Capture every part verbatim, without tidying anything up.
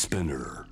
Spinner.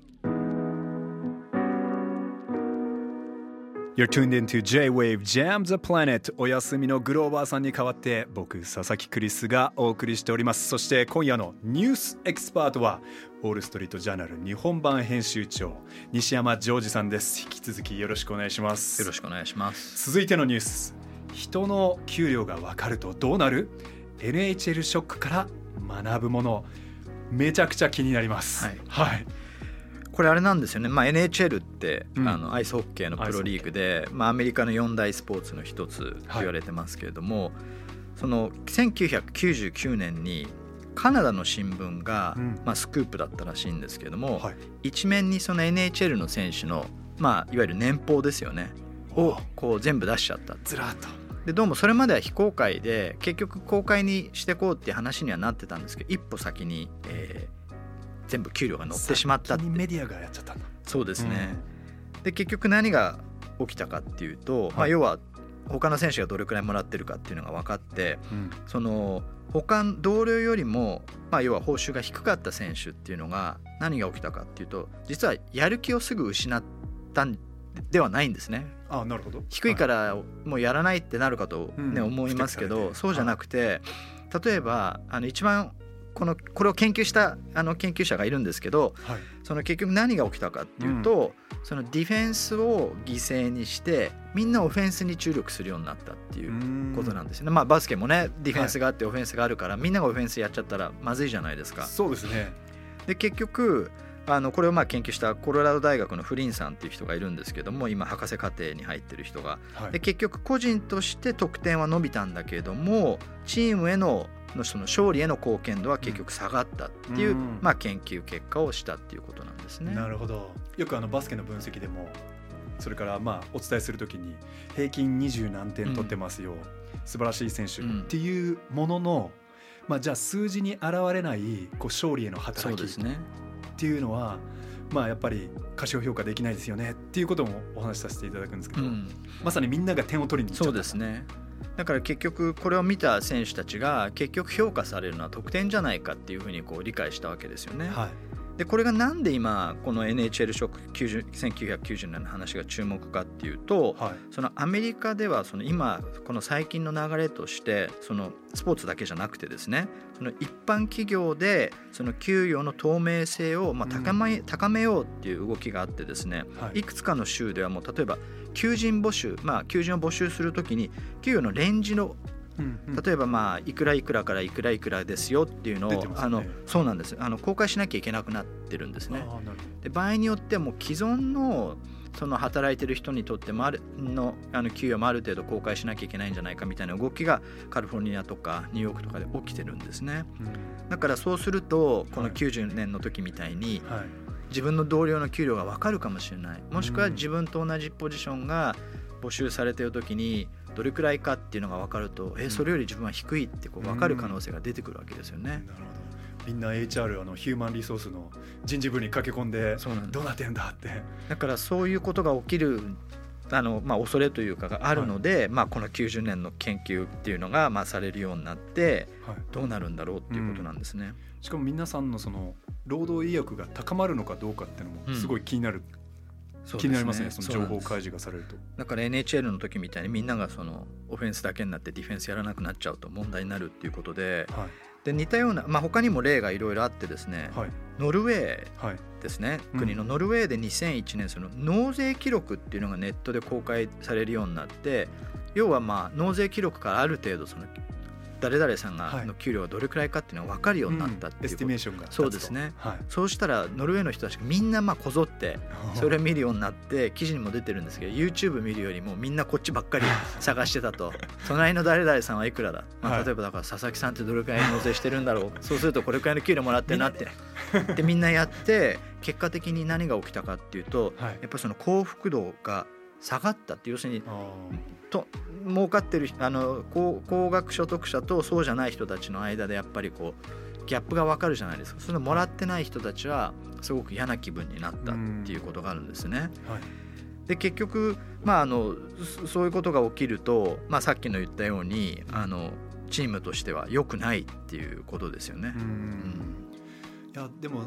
You're tuned into J-Wave Jam the Planet。 お休みのグローバーさんに代わって僕佐々木クリスがお送りしております。そして今夜のニュースエキスパートはウォールストリートジャーナル日本版編集長西山ジョージさんです。引き続きよろしくお願いします。 よろしくお願いします。 続いてのニュース、人の給料が分かるとどうなる？ エヌエイチエル ショックから学ぶもの、めちゃくちゃ気になります。 はい、 はい、 これあれなんですよね、まあ、エヌエイチエルって、 うん、 あのアイスホッケーのプロリーグで、まあ、アメリカの四大スポーツの一つと言われてますけれども、はい、そのせんきゅうひゃくきゅうじゅうきゅうねんにカナダの新聞が、うんまあ、スクープだったらしいんですけれども、はい、一面にその エヌエイチエル の選手の、まあ、いわゆる年俸ですよねをこう全部出しちゃった。 ずらっとでどうもそれまでは非公開で結局公開にしてこうっていう話にはなってたんですけど、一歩先に、えー、全部給料が載ってしまったって。 先にメディアがやっちゃったんだ。 そうですね、うん、で結局何が起きたかっていうと、はいまあ、要は他の選手がどれくらいもらってるかっていうのが分かって、うん、その他の同僚よりも、まあ、要は報酬が低かった選手っていうのが何が起きたかっていうと、実はやる気をすぐ失ったんではないんですね。 あ、なるほど。 低いからもうやらないってなるかと、ねうん、 思いますけど、そうじゃなくて、はい、例えばあの一番このこれを研究したあの研究者がいるんですけど、はい、その結局何が起きたかっていうと、うん、そのディフェンスを犠牲にしてみんなオフェンスに注力するようになったっていうことなんですよね。まあ、バスケもねディフェンスがあってオフェンスがあるから、はい、みんながオフェンスやっちゃったらまずいじゃないですか。 そうですね。 で結局あのこれをまあ研究したコロラド大学のフリンさんっていう人がいるんですけども、今博士課程に入ってる人が、はい、で結局個人として得点は伸びたんだけれどもチームへののその勝利への貢献度は結局下がったっていう、うんまあ、研究結果をしたっていうことなんですね。 なるほど。よくあのバスケの分析でもそれからまあお伝えするときに平均にじゅう何点取ってますよ、うん、素晴らしい選手っていうものの、まあ、じゃあ数字に現れないこう勝利への働きっていうのはまあやっぱり過小評価できないですよねっていうこともお話しさせていただくんですけど、うん、まさにみんなが点を取りに行っちゃった。 そうですね。だから結局これを見た選手たちが結局評価されるのは得点じゃないかっていうふうにこう理解したわけですよね。はい、でこれがなんで今この エヌエイチエル ショックせんきゅうひゃくきゅうじゅうねんの話が注目かっていうと、はい、そのアメリカではその今この最近の流れとしてそのスポーツだけじゃなくてですね、その一般企業でその給与の透明性をまあ高め、うん、高めようっていう動きがあってですね、はい、いくつかの州ではもう例えば求人募集、まあ、求人を募集するときに給与のレンジのうんうん、例えばまあいくらいくらからいくらいくらですよっていうのを、ね、あのそうなんです。あの公開しなきゃいけなくなってるんですね。で場合によってはもう既存のその働いてる人にとってもあるのあの給与もある程度公開しなきゃいけないんじゃないかみたいな動きがカリフォルニアとかニューヨークとかで起きてるんですね。うん、だからそうするとこのきゅうじゅうねんの時みたいに、はいはい、自分の同僚の給料が分かるかもしれない、もしくは自分と同じポジションが募集されている時にどれくらいかっていうのが分かると、えそれより自分は低いってこう分かる可能性が出てくるわけですよね。 なるほど。みんな エイチアール あのヒューマンリソースの人事部に駆け込んでどうなってんだって。 だからそういうことが起きるあの、まあ、恐れというかがあるので、はいまあ、このきゅうじゅうねんの研究っていうのがまあされるようになってどうなるんだろうっていうことなんですね。はいうん、 しかも皆さんのその労働意欲が高まるのかどうかっていうのもすごい気になる、うん、気になりますね。その情報開示がされると。 だから エヌエイチエル の時みたいにみんながそのオフェンスだけになってディフェンスやらなくなっちゃうと問題になるっていうことで、はい、で似たような、まあ、他にも例がいろいろあってですね、はい、ノルウェーですね、はい、国のノルウェーでにせんいちねんその納税記録っていうのがネットで公開されるようになって、要はまあ納税記録からある程度その誰々さんがの給料がどれくらいかっていうのが分かるようになったっていう、うん、エスティメーションが立つと。 そうですね、はい、そうしたらノルウェーの人たちがみんなまあこぞってそれを見るようになって記事にも出てるんですけど YouTube 見るよりもみんなこっちばっかり探してたと隣の誰々さんはいくらだ、まあ、例えばだから佐々木さんってどれくらい納税してるんだろうそうするとこれくらいの給料もらってるなってでみんなやって結果的に何が起きたかっていうと、はい、やっぱりその幸福度が下がったって、要するにと儲かってるあの 高, 高額所得者とそうじゃない人たちの間でやっぱりこうギャップが分かるじゃないですか。それもらってない人たちはすごく嫌な気分になったっていうことがあるんですね。はい、で結局、まあ、あのそういうことが起きると、まあ、さっきの言ったようにあのチームとしては良くないっていうことですよね。うん、 うん、いやでも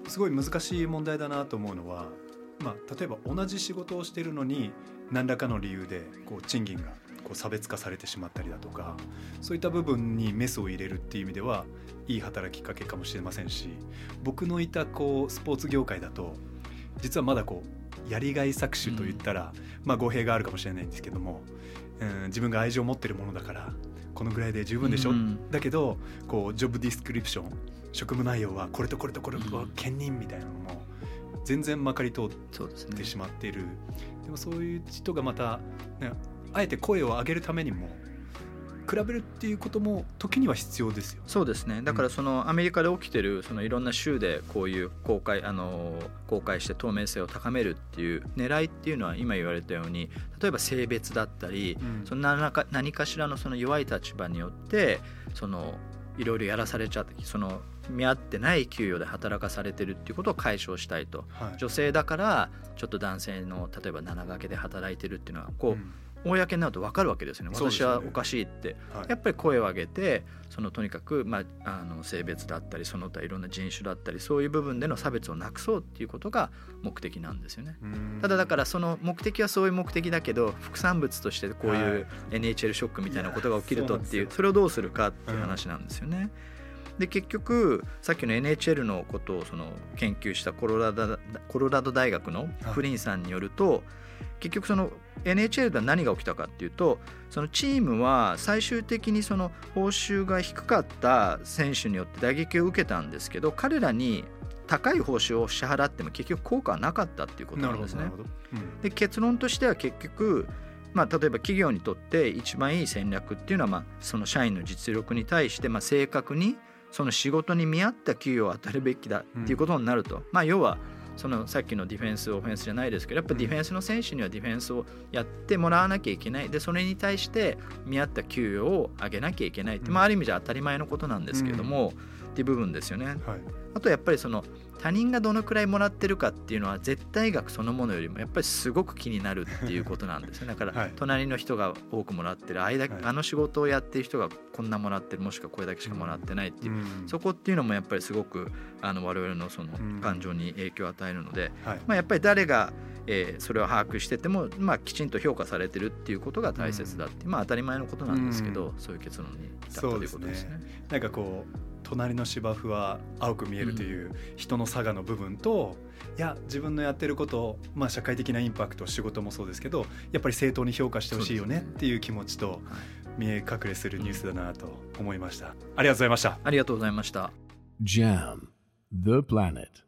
すごい難しい問題だなと思うのは、まあ、例えば同じ仕事をしているのに何らかの理由でこう賃金がこう差別化されてしまったりだとか、そういった部分にメスを入れるっていう意味ではいい働きかけかもしれませんし、僕のいたこうスポーツ業界だと実はまだこうやりがい搾取といったら、うんまあ、語弊があるかもしれないんですけども、うん、自分が愛情を持ってるものだからこのぐらいで十分でしょ、うん、だけどこうジョブディスクリプション、職務内容はこれとこれとこれと兼任みたいなのも全然まかり通ってしまっている。 で,、ね、でもそういう人がまた、ね、あえて声を上げるためにも比べるっていうことも時には必要ですよ。 そうですね。だからそのアメリカで起きてるそのいろんな州でこういう公開あの公開して透明性を高めるっていう狙いっていうのは今言われたように、例えば性別だったり、うん、その何か何かしらのその弱い立場によってそのいろいろやらされちゃって、その見合ってない給与で働かされてるっていうことを解消したいと、はい、女性だからちょっと男性の例えば七掛けで働いてるっていうのはこう、うん公になると分かるわけですよね。私はおかしいって、はい、やっぱり声を上げてそのとにかく、まあ、あの性別だったりその他いろんな人種だったりそういう部分での差別をなくそうっていうことが目的なんですよね。ただだからその目的はそういう目的だけど副産物としてこういう エヌエイチエル ショックみたいなことが起きるとっていう、それをどうするかっていう話なんですよね。で結局さっきの エヌエイチエル のことをその研究したコロラド、コロラド大学のフリンさんによると、結局その エヌエイチエル では何が起きたかっていうと、そのチームは最終的にその報酬が低かった選手によって打撃を受けたんですけど、彼らに高い報酬を支払っても結局効果はなかったっていうことなんですね。うん、で結論としては結局、まあ、例えば企業にとって一番いい戦略っていうのは、まあその社員の実力に対してまあ正確にその仕事に見合った給与を与えるべきだっていうことになると、うん、まあ要はそのさっきのディフェンスオフェンスじゃないですけど、やっぱディフェンスの選手にはディフェンスをやってもらわなきゃいけない。でそれに対して見合った給与を上げなきゃいけないって、まあ、ある意味じゃ当たり前のことなんですけれども、うん、っていう部分ですよね。はい、あとやっぱりその他人がどのくらいもらってるかっていうのは絶対額そのものよりもやっぱりすごく気になるっていうことなんですよ。だから隣の人が多くもらってる、間、はい、あの仕事をやってる人がこんなもらってる、もしくはこれだけしかもらってないっていう、うん、そこっていうのもやっぱりすごくあの我々のその感情に影響を与えるので、うんはいまあ、やっぱり誰がえー、それを把握してても、まあ、きちんと評価されてるっていうことが大切だって、うん、まあ当たり前のことなんですけど、うん、そういう結論に至ったということですね。 なんかこう隣の芝生は青く見えるという人の差がの部分と、うん、いや自分のやってることを、まあ、社会的なインパクト、仕事もそうですけどやっぱり正当に評価してほしいよねっていう気持ちと見え隠れするニュースだなと思いました。ありがとうございました。 ありがとうございました。 ジャム The Planet